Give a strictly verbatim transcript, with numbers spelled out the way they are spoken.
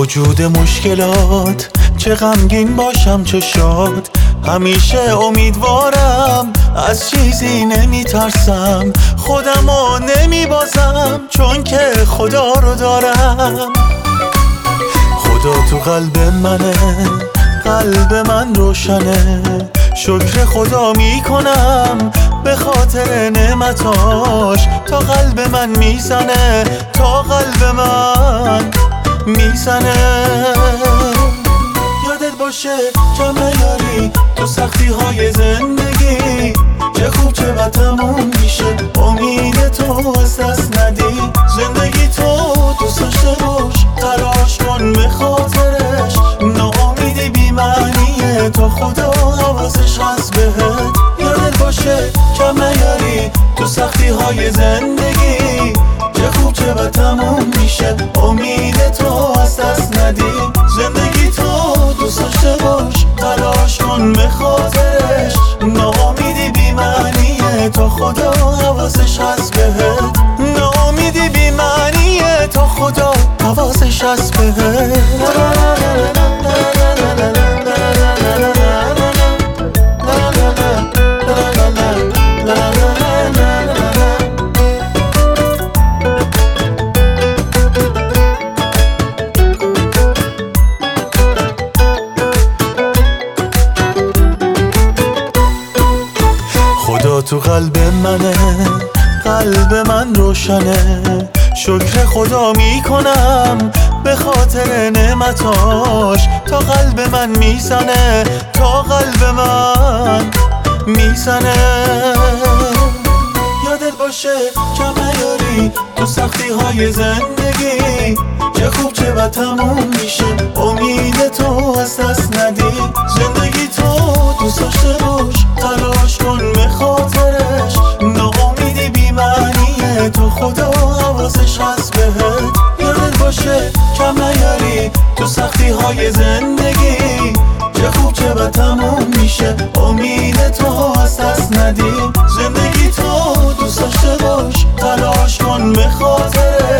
وجود مشکلات چه غمگین باشم چه شاد، همیشه امیدوارم، از چیزی نمیترسم، خودمو نمیبازم چون که خدا رو دارم. خدا تو قلب منه، قلب من روشنه، شکر خدا میکنم به خاطر نعمتاش. تا قلب من میزنه، تا قلب من میزنه. یادت باشه کم نیاری تو سختی های زندگی، چه خوب چه بد تموم میشه، امید تو از دست ندی. زندگی تو دوست داشته باش، تلاش کن به خاطرش، ناامیدی بی معنیه، تا خدا حواسش هست بهت. یادت باشه کم نیاری تو سختی های زندگی، چه خوب چه بد تموم میشه، امید تو از دست ندی. زندگی تو دوست داشته باش، تلاش کن به خاطرش، ناامیدی بی معنیه، تا خدا حواسش هست بهت. ناامیدی بی معنیه، تا خدا حواسش هست بهت. خدا تو قلب منه، قلب من روشنه، شکر خدا میکنم به خاطر نعمتاش. تا قلب من میزنه، تا قلب من میزنه. یادت باشه کم نیاری تو سختی های زندگی، چه خوب چه بد تموم میشه، امید تو از دست ندی. زندگی تو دوست داشته باش، تلاش کن به خاطرش، ناامیدی بی معنیه، تو خدا حواسش هست بهت. یادت باشه کم نیاری تو سختی های زندگی، چه خوب چه بد تموم میشه، امید تو از دست ندی. زندگی تو دوست داشته باش، تلاش کن به خاطرش،